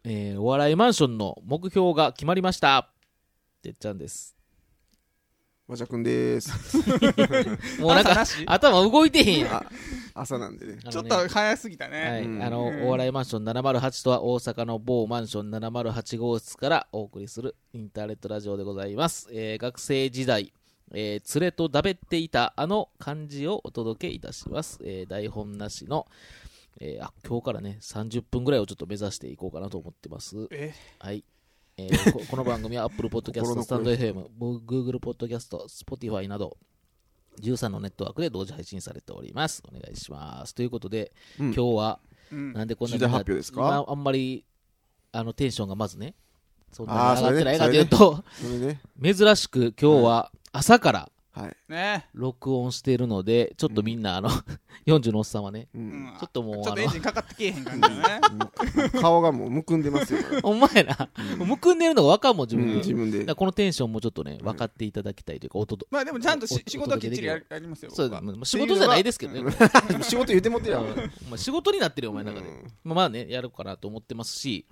お笑いマンションの目標が決まりました。てっちゃんです。 わちゃくんでーす。 もうなんか頭動いてへんやん。 朝なんでね。 ちょっと早すぎたね。 はい、お笑いマンション708とは大阪の某マンション708号室からお送りするインターネットラジオでございます。学生時代、連れとだべっていたあの漢字をお届けいたします。台本なしの、今日からね30分ぐらいをちょっと目指していこうかなと思ってます。はい。この番組は Apple Podcast、スタンド FM、Google Podcast、Spotify など13のネットワークで同時配信されております。お願いします。ということで、今日は、なんでこんなに重大発表ですか？ あんまりテンションがまずねそんなに上がってないかというと、珍しく今日は朝から録音しているので、ちょっとみんな40のおっさんはね、ちょっともうちょっとエンジンかかってけえへん感じだね。 顔がもうむくんでますよ。 お前な、むくんでるのが分かんもん自分で。 自分でこのテンションもちょっとね分かっていただきたいというか、 まあでもちゃんと仕事はきっちりやりますよ。 そう仕事じゃないですけどね。 仕事言ってもってや。 仕事になってるよお前の中で。まあねやるかなと思ってますし、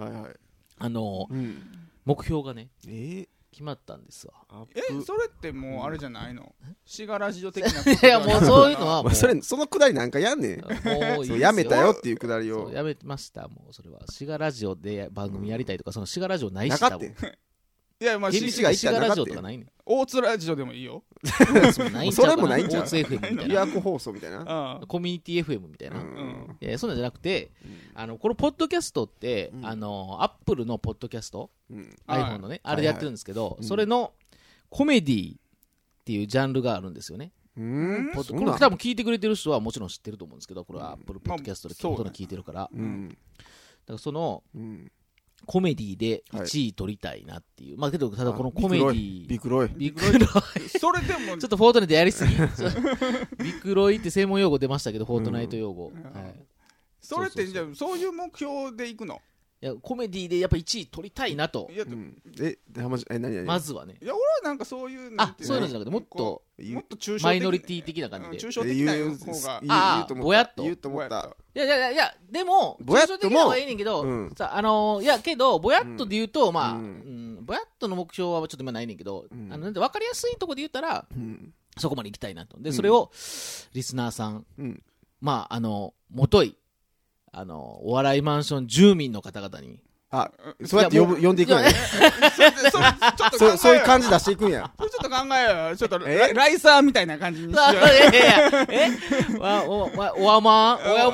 目標がね決まったんですわ。 それってもうあれじゃないの？シガラジオ的な。 いやもうそういうのはもうそのくだりなんかやんねん。もうやめたよっていうくだりを。 やめました。もうそれはシガラジオで番組やりたいとか、そのシガラジオないし多分。 いやまあシガラジオとかないねん。 大津ラジオでもいいよ。 それもないんちゃう？ 大津 FM みたいな。 琵琶湖放送みたいな。 コミュニティ FM みたいな。いやそんなんじゃなくて、このポッドキャストってアップルのポッドキャスト、iPhone のねあれでやってるんですけど、それのコメディっていうジャンルがあるんですよね。これ多分聞いてくれてる人はもちろん知ってると思うんですけど、これは Apple Podcast で聞いてるから、だからそのコメディで1位取りたいなっていう、まあけどただこのコメディビクロイそれでもちょっとフォートナイトやりすぎビクロイって専門用語出ましたけど、フォートナイト用語、 それってじゃあそういう目標でいくの？ いやコメディでやっぱ1位取りたいなと。 何まずはね。 いや俺はなんかそういうそういうのじゃなくてもっと抽象的マイノリティ的な感じで抽象的な方がぼやっと言うと思った。 いやでもぼやっとも抽象的な方がいいねんけど、いやけどぼやっとで言うとまあぼやっとの目標はちょっと今ないねんけど、なんで分かりやすいとこで言ったらそこまで行きたいなと。でそれをリスナーさん、まあもといお笑いマンション住民の方々に、 そうやって呼んでいくんやね。そういう感じ出していくんや。 ちょっと考えよ。ちょっとライサーみたいな感じにしよう。 おわま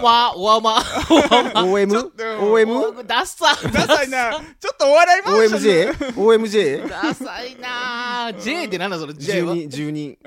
OM ダサいな。ちょっとお笑いマンション OMJ ダサいな。J ってなんだそれ。 J は10人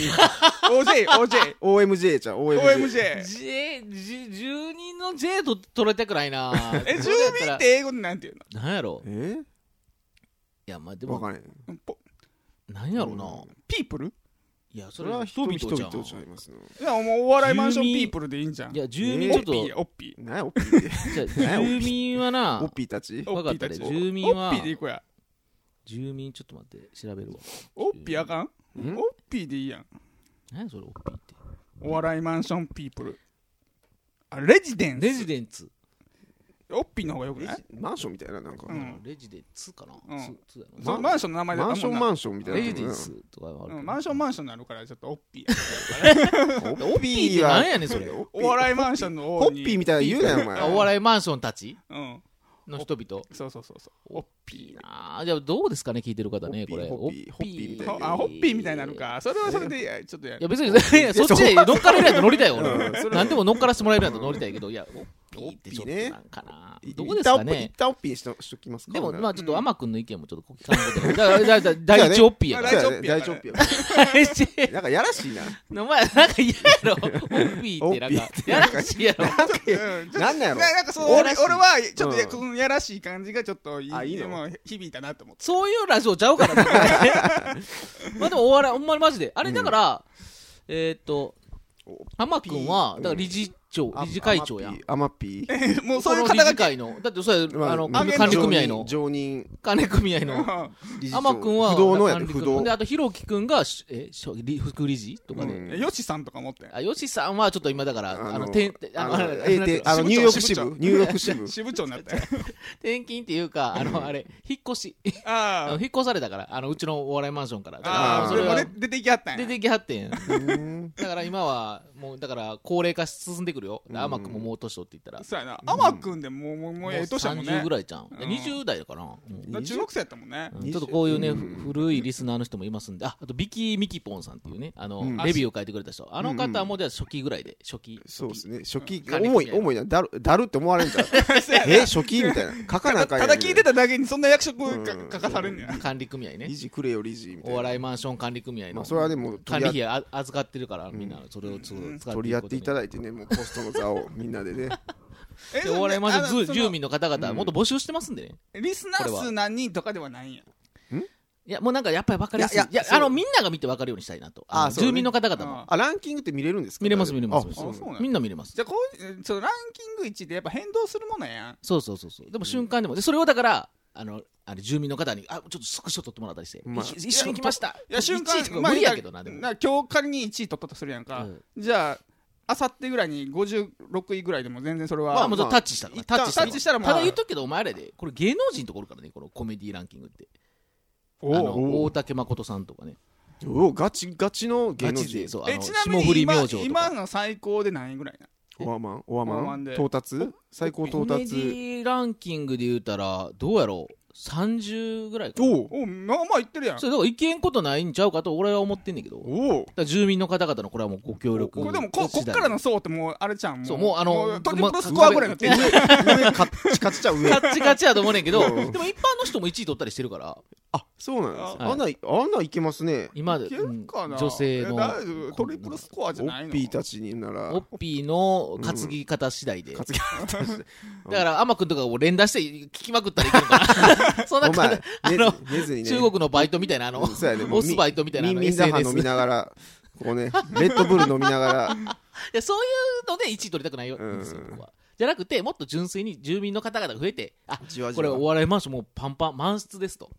OMJ じゃん。 OMJ 10人の J と取れたくないな。 住民って英語でなんて言うの？ なんやろ。いやまあでもなんやろな。 ピープル？ いやそれは人々じゃん。 いやもうお笑いマンションピープルでいいんじゃん。 いや住民ちょっとオッピー何やオッピーって住民はなオッピーたち分かったね。住民はオッピーでいこうや。 住民ちょっと待って調べるわ。 オッピーあかん？オッピーでいいやん。 何やそれオッピーって。 お笑いマンションピープル。レジデンツ。オッピーの方がよくない？ マンションみたいななんかレジデンツかな。 マンションの名前でマンションみたいなレジデンスとかある。 マンションになるからちょっとオッピー。 オッピーって何やねんそれ。 お笑いマンションのホッピーみたいな言うなよお前。 お笑いマンションたちの人々。 そうオッピーな。じゃあどうですかね聞いてる方ねこれ。 ホッピーみたいな。 ホッピーみたいになるか。それはそれでちょっとやる。 いや別にそっちで乗っかられないと乗りたいよ俺。何でも乗っからしてもらえるんだと乗りたいけど、いやオッピーってちょっとなんかな。どうですかね。 一旦オッピーしときますか。 でもまあちょっと天くんの意見もちょっと聞かんと。第一オッピーやから。 第一オッピーや。なんかやらしいな。 お前なんか嫌やろ。オッピーってなんかやらしいやろ。 なんなんやろ。 なんかそう俺はちょっとこのやらしい感じがちょっと響いたなと思って。 そういうラジオちゃうからね。まあでもお笑いほんまにマジであれだから天くんはだから理事会長やん。 アマピー。もうそういう理肩書き。 事会の。だってそれ、管理組合の。 常任。 管理組合の。アマ君は、 不動のやで、不動。 で、あと、ひろきくんが、副理事とかで。 よしさんとか持って。 よしさんはちょっと今だから、 ニューヨーク支部ニューヨーク支部支部長になったよ。 転勤っていうか、あれ、引っ越し。引っ越されたから、うちのお笑いマンションから。 それも出てきはったんや。 出てきはってん。だから今は、もう、だから、高齢化進んでくるよ。アマ君ももう年取って言ったら。 そうやな。アマ君でもうええ年やもんね。 30ぐらいじゃん。20代だかな。 中学生やったもんね。 ちょっとこういうね、古いリスナーの人もいますんで、あと、ビキミキポンさんっていうね、レビューを書いてくれた人。あの方もじゃあ初期ぐらいで、初期。 そうですね。初期、重いな。だるって思われんじゃん。初期みたいな。書かなあかんやん。 ただ聞いてただけにそんな役職書かされんねや。 管理組合ね。 理事くれよ、理事みたいな。 お笑いマンション管理組合の。 それはでも、 管理費預かってるから、みんなそれを使って取り合っていただいてね、もうポストの座をみんなでね。 お笑いマンション住民の方々もっと募集してますんでね。 リスナー数何人とかではないんや。 いや、もうなんかやっぱり分かりやすい。いや、みんなが見て分かるようにしたいなと。住民の方々も。 ランキングって見れるんですか？ 見れます、見れます。みんな見れます。 じゃあ、ランキング1でやっぱ変動するものやん。 そう。でも瞬間でも。それをだから、住民の方に、ちょっとスクショ撮ってもらったりして。一緒に来ました。 いや、瞬間、 無理やけどな、でも。 今日仮に1位取ったとするやんか。じゃあ、あさってぐらいに56位ぐらいでも全然それは。 もうタッチしたら。タッチしたらもう。 ただ言っとくけど、お前らで、これ芸能人ところからね、このコメディランキングって。大竹誠さんとかね。 ガチの芸能人。 ちなみに今の最高で何位ぐらいな？ オアマン到達最高到達。 コメディランキングで言うたら、どうやろう30ぐらいかな。 まあ言ってるやん。 それだからいけんことないんちゃうかと俺は思ってんねんけど。住民の方々のこれはもうご協力。 これでもこっからの層ってもうあれちゃん。 そう、もうトリプルスコアぐらいのって上カッチカチちゃう上。 カッチカチやと思うねんけど、でも一般の人も1位取ったりしてるから。 そうなんです。あんないけますね。 今で女性のトリプルスコアじゃないの？ オッピーたちになら。 オッピーの担ぎ方次第で。だからアマ君とかを連打して聞きまくったらいけるかな。そんな感じ。中国のバイトみたいなオスバイトみたいな SNS 飲みながらこうねレッドブル飲みながら。 いやそういうので1位取りたくないよ。じゃなくてもっと純粋に住民の方々が増えて、これお笑いマンションもうパンパン満室ですと。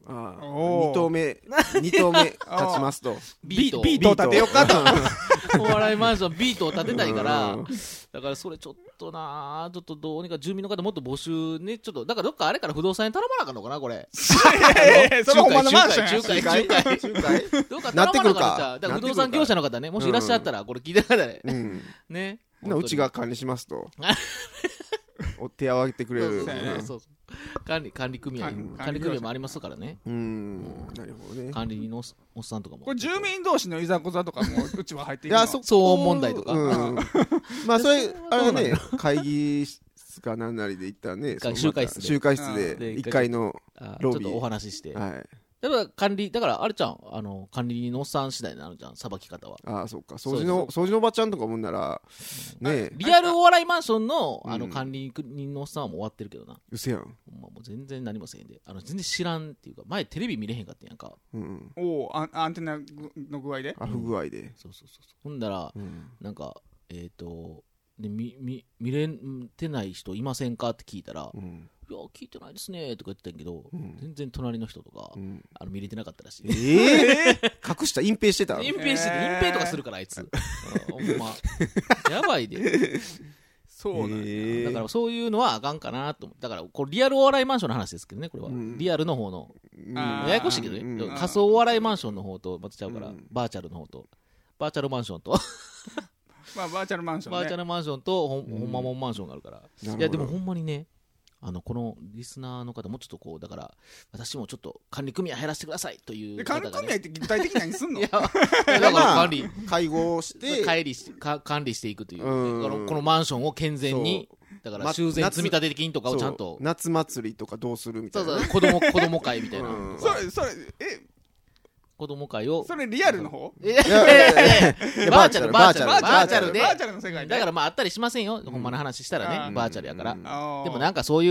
2投目勝ちますと。 ビートを立てようかと。 お笑いマンションビートを立てたいから、だからそれちょっとどうにか住民の方もっと募集ね、ちょっとだからどっかあれから不動産に頼まなあかんのかなこれ。 そのほんまのマンション仲介どうか頼まなあかんのか。だから不動産業者の方ね、もしいらっしゃったらこれ聞いてくださいね。 うちが管理しますと。お手を挙げてくれる。 管理組合もありますからね。 なるほどね。 管理のおっさんとかも。 これ住民同士のいざこざとかもうちは入っていくの。 騒音問題とか。 まあそれあれね会議室か何なりで行ったらね。 集会室で1階のロビーちょっとお話しして。だからあれちゃん管理のおっさん次第になるじゃんさばき方は。そうか掃除のおばちゃんとかもんならね。 リアルお笑いマンションの管理人のおっさんはもう終わってるけどな。 うせやん。 もう全然何もせへんで全然知らんっていうか前テレビ見れへんかったやんか。 アンテナの具合で不具合で。 そうほんだらなんかで見れてない人いませんかって聞いたらいや聞いてないですねとか言ってたんやけど、全然隣の人とか、見れてなかったらしい。 隠した隠蔽してた。 隠蔽とかするからあいつ。ほんまやばいで。 そうなんや。 だからそういうのはあかんかなと思う。だからこれリアルお笑いマンションの話ですけどねこれは、リアルの方のややこしいけどね、仮想お笑いマンションの方とまたちゃうから、バーチャルの方とバーチャルマンションとバーチャルマンションね。 バーチャルマンションとほんまもんマンションがあるから。いやでもほんまにねこのリスナーの方もちょっとこうだから私もちょっと管理組合入らせてくださいという方が、ね、管理組合って具体的に何すんの？ だから会合して管理していくというこのマンションを健全にだから修繕積立金とかをちゃんと夏祭りとかどうするみたいな。 子供会みたいな。 それ子供会をそれリアルの方？ バーチャルでの世界だからまああったりしませんよ。ほんまの話したらねバーチャルやから。でもなんかそういう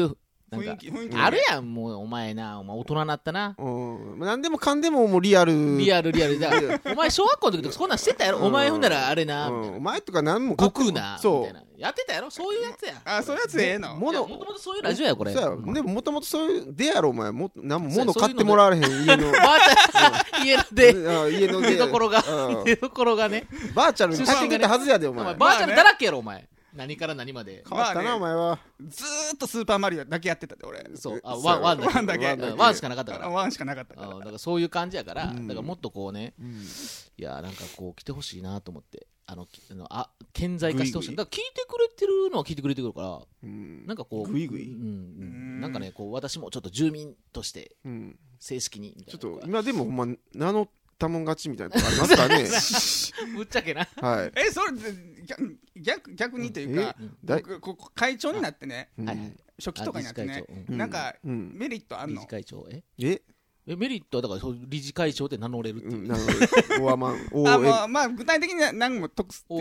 なんか雰囲気あるやん、もうお前大人になったな。 何でもかんでももうリアルだからお前小学校の時とかそんなんしてたやろ。お前ほんならあれなみたいな、 お前とか何も悟空なみそうたいなやってたやろ。そういうやつや。 あ、そういうやつええの。 もともとそういうラジオやこれ。 そうやでももともとそういうでやろお前何も物そう買ってもらわれへん家のバーチャル家の出家の所がね。 バーチャルに炊けてたはずやでお前お前バーチャルだらけやろお前。何から何まで。 変わったなお前はずーっとスーパーマリオだけやってたで俺。 そう、ワンだけ。ワンしかなかったから。 ワンしかなかったから。 だからそういう感じやから、だからもっとこうね、いやなんかこう来てほしいなと思って、顕在化してほしい。だから聞いてくれてるのは聞いてくれてるから、なんかこうグイグイなんかね、こう私もちょっと住民として正式にちょっと今でもほんま名乗ったもん勝ちみたいなとこありますからねぶっちゃけな。 はい。 それ逆にというか、僕ここ会長になってね、初期とかになってね、なんかメリットあんの？ 理事会長メリットはだから理事会長で名乗れるっていう。 まあ具体的には何も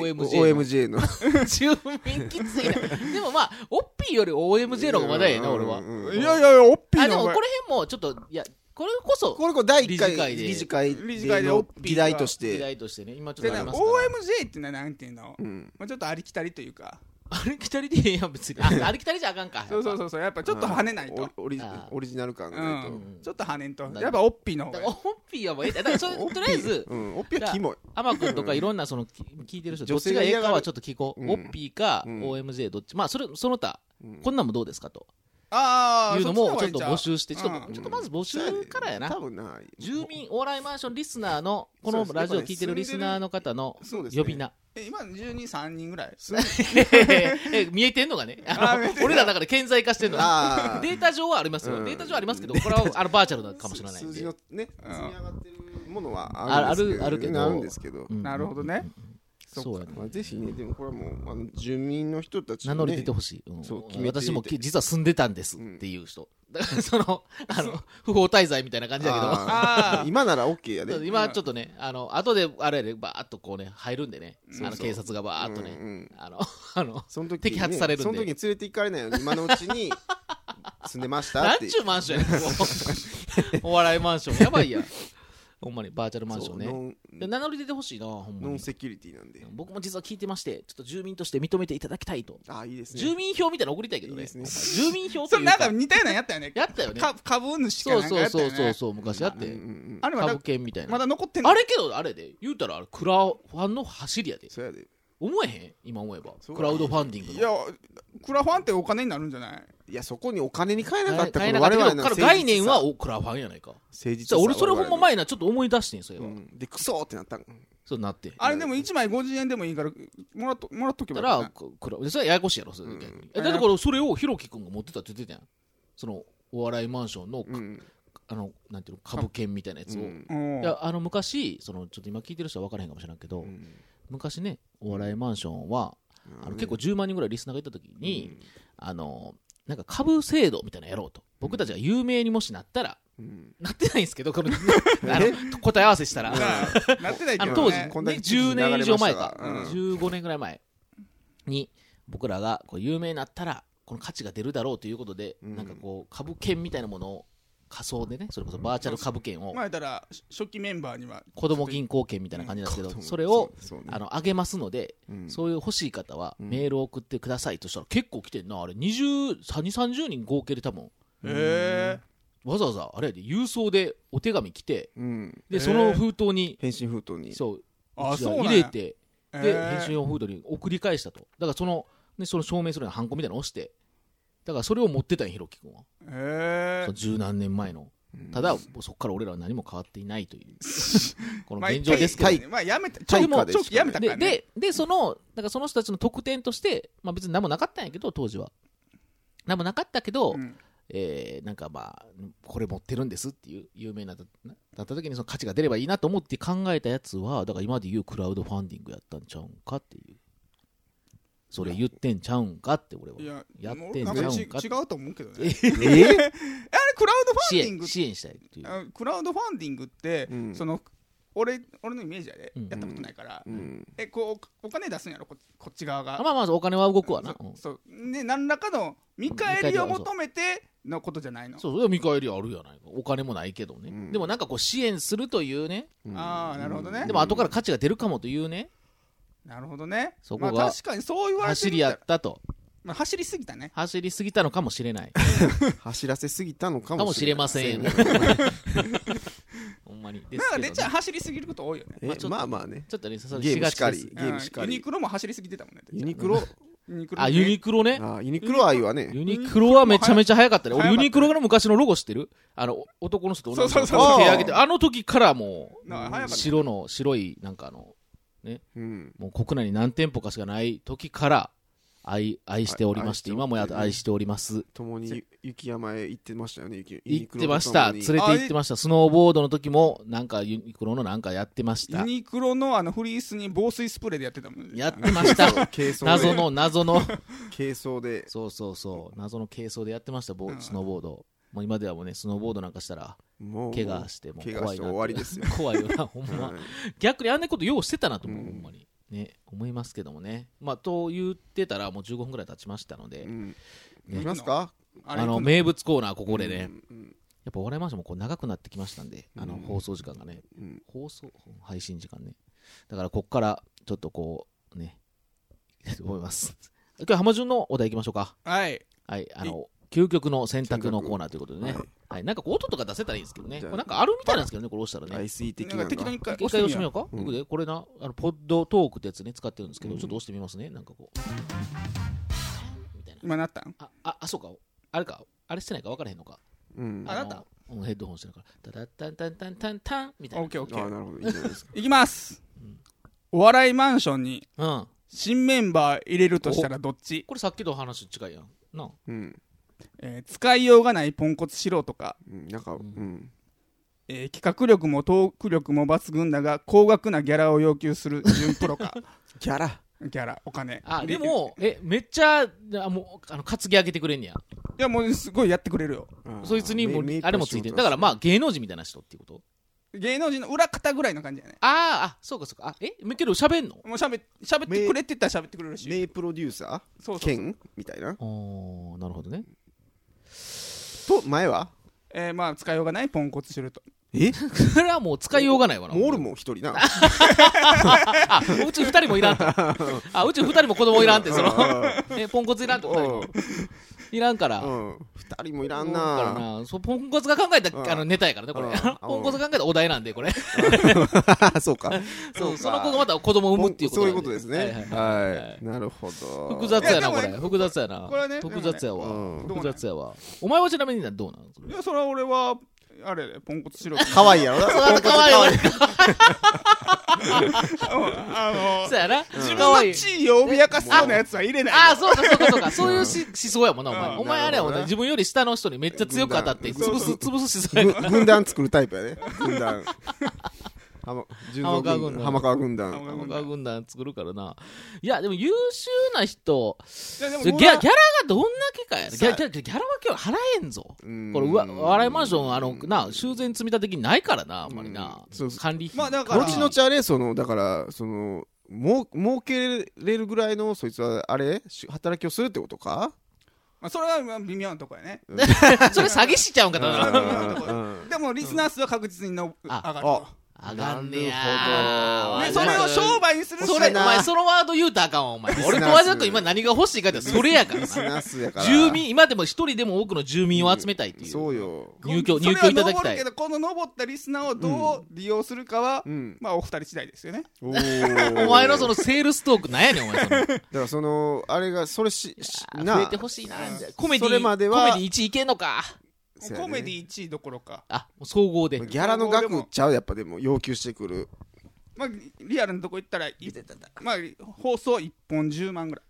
OMJ の住民きついな。でもまあオッピーより OMJ の方がまだええな俺は。 いやオッピーの方が。 でもこれ辺もちょっとこれこそ第1回理事会で議題としてね、今ちょっとありますから。 OMJ ってのはなんていうの、ちょっとありきたりというか、 ありきたりでいいやん別に。ありきたりじゃあかんか。 そうやっぱちょっと跳ねないと、 オリジナル感がないとちょっと跳ねんと、やっぱオッピーの方が。 オッピーはもうだからとりあえずオッピーはキモい。 アマ君とかいろんなその聞いてる人どっちがええかはちょっと聞こう。オッピーか OMJ どっち、まあその他こんなんもどうですかというのもちょっと募集して、ちょっとまず募集からやな。住民お笑いマンションリスナーのこのラジオ聞いてるリスナーの方の呼び名。 今12、3人ぐらい見えてんのがね、俺らだから顕在化してんの。データ上はありますよ。データ上はありますけど、これはバーチャルかもしれないんで。 数字のね積み上がってるものはあるけど。 なるほどね。 そうやね。 ぜひね、でもこれはもう住民の人たち名乗り出てほしい。私も実は住んでたんですっていう人。だからその不法滞在みたいな感じだけど、今なら OK やね。 今ちょっとね、後であれでバーっとこうね入るんでね、警察がバーっとね、摘発されるんで。 その時に連れて行かれないように今のうちに住んでましたって。 なんちゅうマンションやねん。お笑いマンションやばいや。ほんまにバーチャルマンションね。名乗り出てほしいな、ほんまに。 ノンセキュリティなんで。 僕も実は聞いてまして、ちょっと住民として認めていただきたいと。 いいですね。 住民票みたいなの送りたいけどね。住民票それなんか似たようなやったよね。 やったよね。 株主かなんかやったよね。 そう、昔あって。 あれ株券みたいな。 まだ残ってんの？ あれけど、あれで、言うたらクラファンの走りやで。 そうやで。 思えへん今思えば。クラウドファンディングの。 いや、クラファンってお金になるんじゃない？ いや、そこにお金に変えなかったから我々の概念はクラファンやないか。 誠実さ。 俺それほんま前なちょっと思い出してんそれは。 でクソってなったん。 そうなって。 あれでも1枚50円でもいいからもらっとけばいいな。 それややこしいやろ。だってこれそれをひろきくんが持ってたって言ってたやん。そのお笑いマンションのなんていうの株券みたいなやつを。いや昔ちょっと今聞いてる人は分からへんかもしれないけど、昔ねお笑いマンションは結構10万人ぐらいリスナーがいた時になんか株制度みたいなのやろうと。僕たちが有名にもしなったら、なってないんですけど、答え合わせしたら。 なってないけど当時、10年以上前か、15年ぐらい前に、僕らが有名になったら、この価値が出るだろうということで、なんか株券みたいなものを仮想でね、それこそバーチャル株券を、 前から初期メンバーには子供銀行券みたいな感じなんですけど、それをあげますので、そういう欲しい方はメールを送ってくださいとしたら結構来てんな。あれ30人合計で多分わざわざあれで郵送でお手紙来て、でその封筒に返信封筒にそう入れて、で返信用封筒に送り返したと。だからその証明するようなハンコみたいなのを押して、だからそれを持ってたんひろきくんは。その十何年前の。ただそこから俺らは何も変わっていないというこの現状ですけどね。 まあやめた長期やめたからね。 でその人たちの特典として、まあ別に何もなかったんやけど、当時は何もなかったけど、なんかまあこれ持ってるんですっていう有名なだった時にその価値が出ればいいなと思って考えたやつは、だから今で言うクラウドファンディングやったんちゃうんかっていう。それ言ってんちゃうんかって俺はやってんちゃうんか。 違うと思うけどね。あれクラウドファンディング支援したいっていう。 クラウドファンディングってその俺のイメージやで、やったことないから、こうお金出すんやろこっち側が。 まあお金は動くわな。 そうで何らかの見返りを求めてのことじゃないの。 そう見返りあるやないか。お金もないけどね、でもなんかこう支援するというね、 ああなるほどね。 でも後から価値が出るかもというね。 なるほどね。 そこが確かにそう言われて走りやったと。 走りすぎたね。 走りすぎたのかもしれない。 走らせすぎたのかもしれません。ほんまに。 なんかでちゃん走りすぎること多いよね。 まあまあね。 ちょっとね、 ゲームしかり。 ユニクロも走りすぎてたもんね。 ユニクロユニクロね。 ユニクロ愛はね。 ユニクロはめちゃめちゃ早かったね。俺ユニクロの昔のロゴ知ってる？男の人と女の人が手上げて、あの時からもう白いなんかね、もう国内に何店舗かしかない時から愛しておりまして、今も愛しております。 共に雪山へ行ってましたよね。 行ってました。連れて行ってました。スノーボードの時もなんかユニクロのなんかやってました。 ユニクロのフリースに防水スプレーでやってたもんね。 やってました。謎の軽装で。 そう謎の軽装でやってました。スノーボード。もう今ではもうね、スノーボードなんかしたら怪我しても怖いな。 終わりですよ。 怖いよなほんま。逆にあんなことようしてたなと思う、ほんまに。ね、思いますけどもね。と言ってたらもう15分ぐらい経ちましたので、 行きますか？ 名物コーナーここでね、やっぱお笑いマンションもこう長くなってきましたんで、放送時間がね、配信時間ね。だからこっからちょっとこうね思います。今日浜順のお題いきましょうか。 はい、 究極の選択のコーナーということでね、なんか音とか出せたらいいんですけどね。これなんかあるみたいなんですけどね、これ押したらね。 IC 的な適当に一回押してみようか。これな、ポッドトークってやつね、使ってるんですけど、ちょっと押してみますね。なんかこう。みたいな。 今なったん？ そうか。あれか。あれしてないか分からへんのか。 なった？ ヘッドホンしてるから。タタンタンタンタンタンみたいな。 オッケー。 なるほど。いいじゃないですか。 いきます。お笑いマンションに新メンバー入れるとしたらどっち？ これさっきの話近いやん。な。 使いようがないポンコツ素人か、企画力もトーク力も抜群だが高額なギャラを要求する準プロか。 ギャラお金。 でもめっちゃもう担ぎ上げてくれんねや。 いやもうすごいやってくれるよ。 そいつにもあれもついてる。だからまあ芸能人みたいな人っていうこと？ 芸能人の裏方ぐらいの感じやね。 そうかけど喋んの？ もう喋ってくれって言ったら喋ってくれるし。 名プロデューサー兼みたいな。 なるほどね。 と前は使いようがないポンコツすると。 それはもう使いようがないわな。 もうおるもん一人な。 うち2人もいらんと。うち2人も子供いらんってポンコツいらんと。いらんから。 2人もいらんな。 ポンコツが考えたネタやからねこれ。ポンコツが考えたお題なんでこれ。 そうか。 その子がまた子供を産むっていうこと。 そういうことですね。はい。なるほど。 複雑やなこれ。複雑やな。複雑やわ。お前はちなみにどうなの？ いやそれは俺はあれポンコツしろ。 可愛いやろ。 可愛い。そうやな。 自分の地位を脅かすようなやつは入れない。 そうか。そういう思想やもんなお前。お前あれやもんね。自分より下の人にめっちゃ強く当たって潰す思想やから。 軍団作るタイプやね。軍団。浜川軍団作るからな。いやでも優秀な人ギャラがどんだけかや。ギャラは今日払えんぞ。これ笑いマンション修繕積み立て金ないからなあんまりな。管理費後々あれだから儲けれるぐらいのそいつはあれ働きをするってことか。 それは微妙なとこやね。 それ詐欺しちゃうんかな。 でもリスナー数は確実に上がる。 上がんねやでそれを商売にする。 お前そのワード言うたらあかんわお前。俺と和田君今何が欲しいかってそれやからさ。住民今でも一人でも多くの住民を集めたいっていう。 そうよ。 入居いただきたい。 この登ったリスナーをどう利用するかはお二人次第ですよね。 お前のそのセールストークなんやねんお前。 だからあれがそれ増えてほしいな。コメディ1位いけんのか。 コメディ1位どころか。 もう総合でギャラの額ちゃうやっぱでも要求してくる。 リアルなとこ行ったら放送1本10万ぐらい。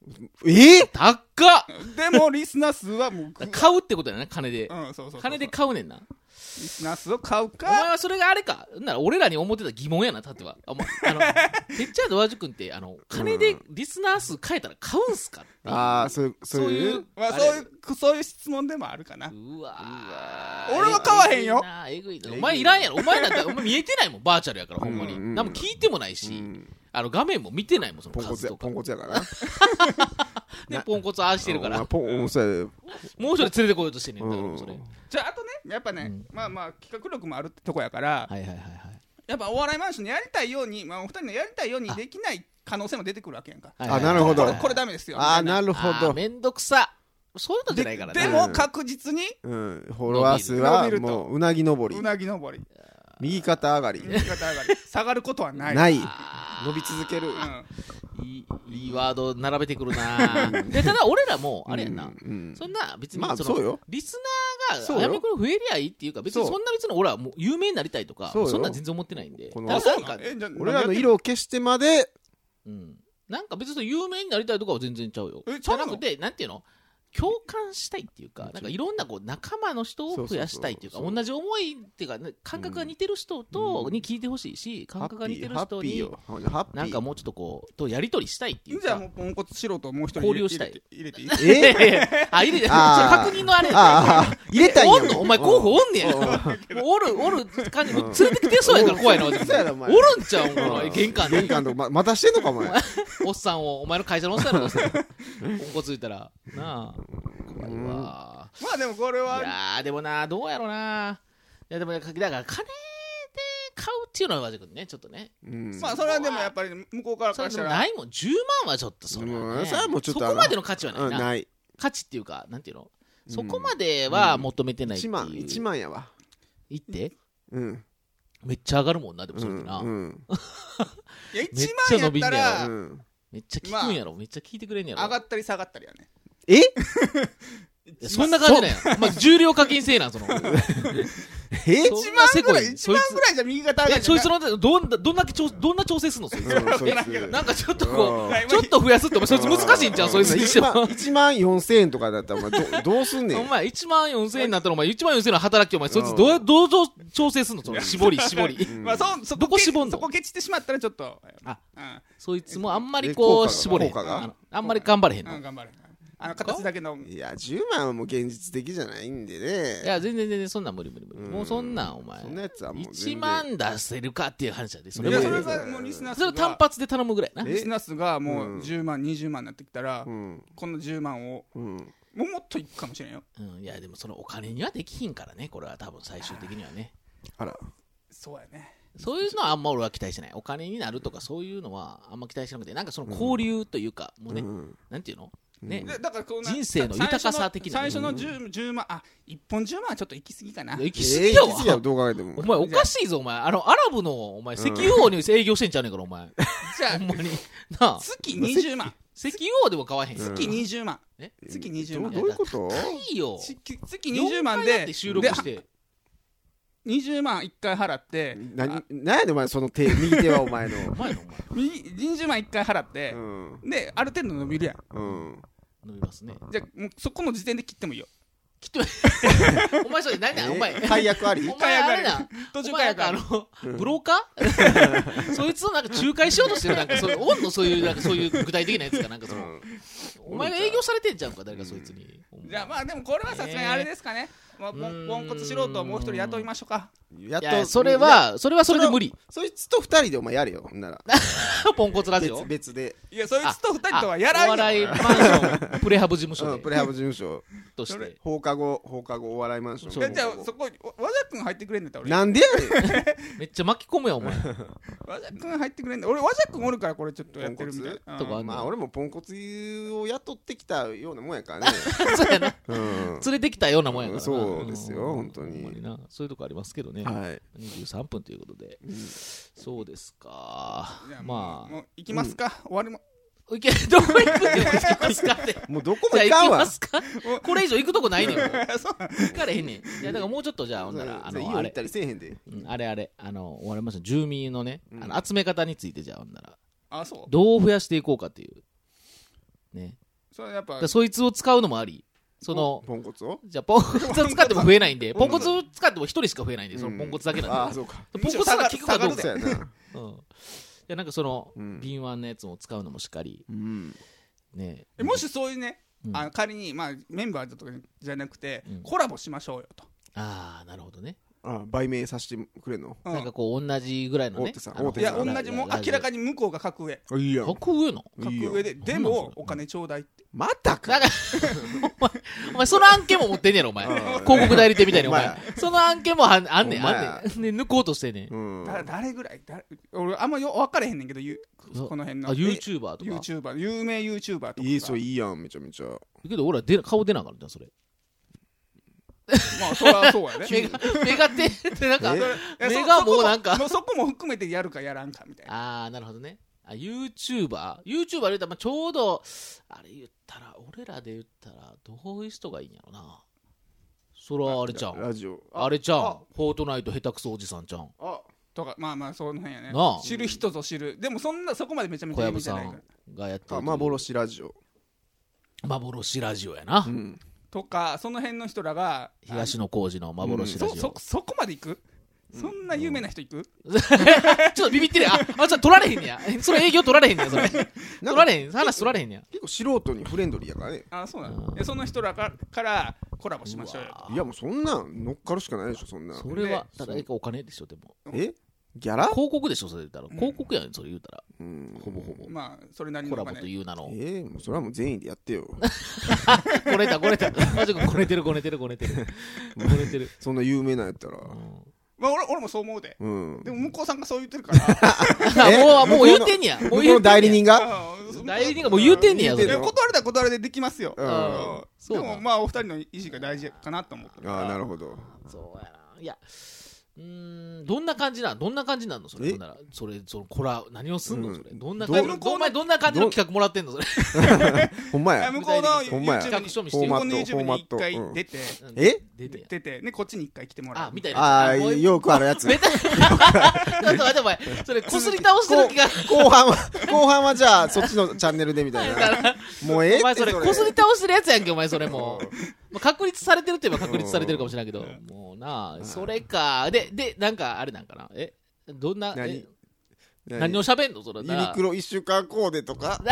高っ。 でもリスナー数はもう買うってことやな、金で。 そう金で買うねんな。 リスナー数を買うか。 お前はそれがあれか。なら俺らに思ってた疑問やな、例えば。てっちゃんと和じくんって、金でリスナー数変えたら買うんすかっていう。 ああ、そういう。 まあ、そういう質問でもあるかな。 うわ俺は買わへんよ。 えぐいな。お前いらんやろ。お前なんて、お前見えてないもん、バーチャルやから、ほんまに。何も聞いてもないし、画面も見てないもん、その数とか。 ポンコツやからな。 で、ポンコツああしてるから。もう一人連れてこようとしてんねんだから、それ。 じゃあ、あとね、やっぱね、まあまあ、企画力もあるってとこやから、やっぱお笑いマンションのやりたいように、まあ、お二人のやりたいようにできない可能性も出てくるわけやんか。 あ、なるほど。 これダメですよ。 あ、なるほど。 めんどくさ。そういうのじゃないからね。 でも、確実に、 フォロワー数はもううなぎ登り。 うなぎ登り。 右肩上がり。 下がることはない。 ない。伸び続ける。 いいワード並べてくるな。で、ただ俺らも、あれやんな。そんな、別に、リスナーが、やめくる増えりゃいいっていうか、別にそんな別に俺はもう有名になりたいとか、そんな全然思ってないんで。 俺らの色を消してまで、 なんか別に有名になりたいとかは全然ちゃうよ。じゃなくて、なんていうの共感したいっていうか、なんかいろんなこう仲間の人を増やしたいっていうか、同じ思いっていうか、感覚が似てる人に聞いてほしいし、感覚が似てる人に、なんかもうちょっとこう、とやり取りしたいっていうか。 じゃあもうポンコツ素人をもう一人交流したい。 入れていい？ 入れて、確認のあれ。 入れたいんや。 お前候補おんねや。おる感じ、連れてきてそうやから怖いな。おるんちゃうお前、玄関で。 玄関でまたしてんのかお前。 おっさんを、お前の会社のおっさんやろ、ポンコツいたら。なあ。怖いわ。 まあでもこれは。 いやでもな、どうやろうな。いやでも、だから金で買うっていうのはマジでね、ちょっとね。 まあそれはでもやっぱり向こうからしたら。 ないもん、10万はちょっとそれはね。そこまでの価値はないな。 ない。 価値っていうか、なんていうのそこまでは求めてないっていう。 1万やわ。 いってめっちゃ上がるもんな、でもそれでな。 いや、1万やったら、 めっちゃ聞くんやろ、めっちゃ聞いてくれんやろ。 上がったり下がったりやね。 そんな感じなんや。まあ、重量課金制なん、その。 1万ぐらいじゃ右肩上がる。 そいつの、どんな調整すんのそいつ。なんかちょっとこう、ちょっと増やすって、そいつ難しいんちゃうそいつにしても。 1万4000円とかだったら、お前、どうすんねん。 お前、1万4000円になったら、お前、1万4000円の働き、お前、そいつどう調整すんのその、絞り。どこ絞んのそこケチってしまったらちょっと。 そいつもあんまりこう、絞れへん。あんまり頑張れへんの。 頑張れへん。形だけの。 いや、10万はもう現実的じゃないんでね。 いや、全然、そんなん無理。もうそんなん、お前。 そんなやつはもう。 1万出せるかっていう話だで。 それはもうリスナー数が。 それ単発で頼むぐらいな。 リスナー数がもう10万、20万になってきたら、この10万を、もっといくかもしれんよ。 いや、でもそのお金にはできひんからね、これは多分最終的にはね。 あら。 そうやね。 そういうのはあんま俺は期待してない。お金になるとかそういうのはあんま期待してなくて、なんかその交流というか、もうね、なんていうのね、 だからこう人生の豊かさ的な、 最初の10万、1本10万はちょっと行き過ぎかな。 行き過ぎやわ。 どう考えても。 お前おかしいぞ、お前。アラブの、お前、石油王に営業してんちゃうねんから、お前。 じゃあ、 ほんまに。なあ。 月20万。 石油王でも買わへん。 月20万。月20万。 どういうこと高いよ。 月20万で、 収録して。 20万1回払って、 何やねんお前その右手はお前の 20万1回払って、である程度伸びるやん、 伸びますね。 じゃあもうそこの時点で切ってもいいよ。 切ってお前それ何だお前解約ありお前あれだ途中解約あるブローカーそいつをなんか仲介しようとしてるなんかそうオンのそういう具体的なやつかなんかそのお前が営業されてんじゃんか誰かそいつに。 じゃあまあでもこれはさすがにあれですかね、ポンコツ素人をもう一人雇いましょうか。 いやそれはそれで無理。 そいつと2人でお前やれよほんならポンコツラジオ別で。 いやそいつと2人とはやらんよ。 お笑いマンションプレハブ事務所でプレハブ事務所として放課後お笑いマンション。 じゃあそこ和田君入ってくれんねんったら俺なんでやねんめっちゃ巻き込むやお前和田君入ってくれんねん。俺和田君おるからこれちょっとやってるみたいなとか。 まあ俺もポンコツを雇ってきたようなもんやからねそうやな連れてきたようなもんやから。 そうですよ本当にそういうとこありますけどね。23分ということでそうですか。まあもう行きますか終わりもどこ行くんでも行きますかってもうどこも行かんわ。 これ以上行くとこないねん行かれへんねん。いやだからもうちょっとじゃあほんならあれったりせえへんであれ終わりました住民のね集め方についてじゃあほんならそうどう増やしていこうかっていうね。 それやっぱだそいつを使うのもあり。そのポンコツをじゃあポンコツを使っても増えないんで、ポンコツを使っても1人しか増えないんで、そのポンコツだけなんで。 ああそうか。 ポンコツが効くかどうか。 そうやな。 いやなんかその敏腕のやつも使うのもしっかり。ね。 もしそういうね、仮にまあメンバーとかじゃなくてコラボしましょうよと。 ああなるほどね。 売名させてくれんの？ なんかこう同じぐらいのね。 いや同じもう明らかに向こうが格上。 いいやん。 格上の？ 格上ででもお金ちょうだいって。 またか。 お前その案件も持ってんねやろお前。広告代理店みたいにお前。その案件もあんねん抜こうとしてね。 誰ぐらい？俺あんま分かれへんねんけどこの辺の。 YouTuber とか。 YouTuber 有名 YouTuber とか。 いいそういいやんめちゃめちゃ。 けど俺は顔出ながらじゃんそれ。 まあそりゃそうやね。 目が手ってなんか目がもうなんかそこも含めてやるかやらんかみたいな。 ああなるほどね。YouTuber 言ったらちょうどあれ言ったら俺らで言ったらどういう人がいいんやろな。それはあれちゃんラジオあれちゃんフォートナイト下手くそおじさんちゃんとかまあその辺やね。 なあ知る人ぞ知る。でもそこまでめちゃめちゃ有名じゃないから。 小籔さんがやってる幻ラジオやな。 とかその辺の人らが東野幸治の幻ラジオ。 そこまで行く？そんな有名な人行く？ ちょっとビビってるやん。じゃあ取られへんねや。それ営業取られへんねやそれ。取られへん話取られへんねや。 結構素人にフレンドリーやからね。 そうなの。その人らからコラボしましょうよ。 いやもうそんなん乗っかるしかないでしょそんな。 それはただお金でしょでも。 ギャラ？ 広告でしょそれ言ったら。広告やんそれ言うたら。ほぼほぼ。 まあそれなりのコラボという名の。 もうそれはもう全員でやってよ。 これた。マジでこねてる。 そんな有名なんやったら。 まあ俺もそう思うで。でも向こうさんがそう言ってるから。 もう言うてんねや。 もう代理人がもう言うてんねや。 断れでできますよ。でもまあお二人の意思が大事かなと思って。 なるほど。 そうやな。いや。どんな感じなんのそれ。こら何をすんのそれ。どんな感じの企画もらってんのそれ。 ほんまや。 向こうの YouTube に一回出てねこっちに一回来てもらうみたいな。 よくあるやつ。 ちょっと待ってお前それこすり倒してる気が。 後半はじゃあそっちのチャンネルでみたいな。もうお前それこすり倒してるやつやんけお前それもう。確立されてるって言えば確立されてるかもしれないけど、もうなあそれかでなんかあれなんかなどんな何を喋んのそれ。 ユニクロ1週間コーデとか。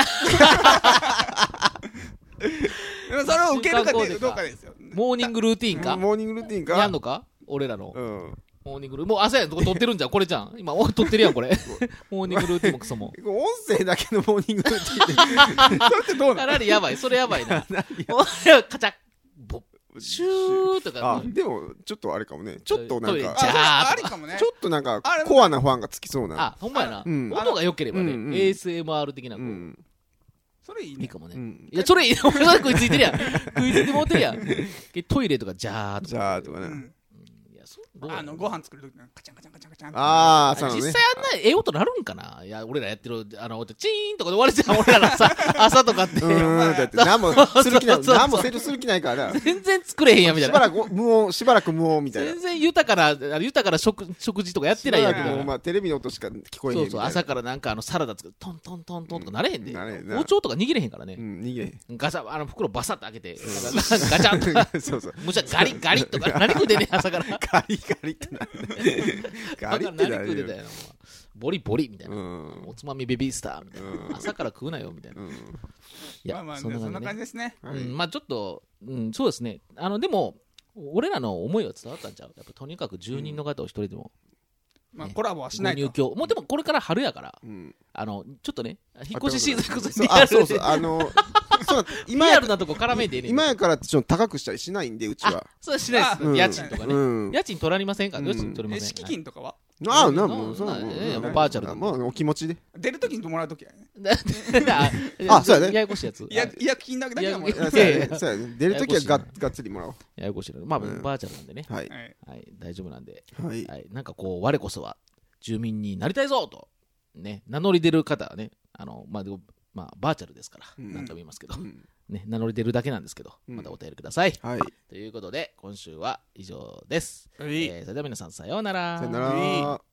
それを受けるかどうかですよ。 モーニングルーティーンかやんのか俺らのモーニングルーもう朝やんとこ撮ってるんじゃんこれじゃん今撮ってるやんこれモーニングルーティーンもクソも音声だけのモーニングルーティーンそれってどうなの？ かなりやばいそれやばいなカチャシューとかでもちょっとあれかもねちょっとなんかありかもねちょっとなんかコアなファンがつきそうなほんまやな音が良ければね ASMR 的なそれいいねいいかもねいやそれいい俺が食いついてるやん食いついてもうてるやんトイレとかジャーとかねご飯作るときカチャンカチャンカチャンカチャン実際あんな音なるんかないや俺らやってるチーンとかで終わりじゃん俺らのさ朝とかってだって何もする気ないから全然作れへんやみたいなしばらく無音みたいな全然豊かな食事とかやってないやんみたいなテレビの音しか聞こえへんみたいな朝からなんかサラダ作るトントントントンとかなれへんで包丁とか握れへんからね握れへんガサ袋バサッと開けてガチャンとかむしゃガリガリとか何食うてんねん朝からガリガリってガリって何食うてたよボリボリみたいなおつまみベビースターみたいな朝から食うなよみたいないやそんな感じですねまあちょっとそうですねでも俺らの思いは伝わったんちゃうやっぱとにかく住人の方を一人でもコラボはしないと入居もうでもこれから春やからちょっとね引っ越しシーズンそうリアルなとこ絡めてね今やからってちょっと高くしたりしないんでうちはそうしないです家賃とかね家賃取られませんか家賃取れません敷金とかはバーチャルでまあお気持ちで出るときにもらうときやねそうやねややこしいやつ医薬品だけはもらうそうやね出るときはがっつりもらおうややこしいまあバーチャルなんでねはい大丈夫なんでなんかこう我こそは住民になりたいぞとね名乗り出る方はねまあバーチャルですから何とも言いますけどね名乗り出るだけなんですけどまたお便りくださいということで今週は以上ですそれでは皆さんさようならさようなら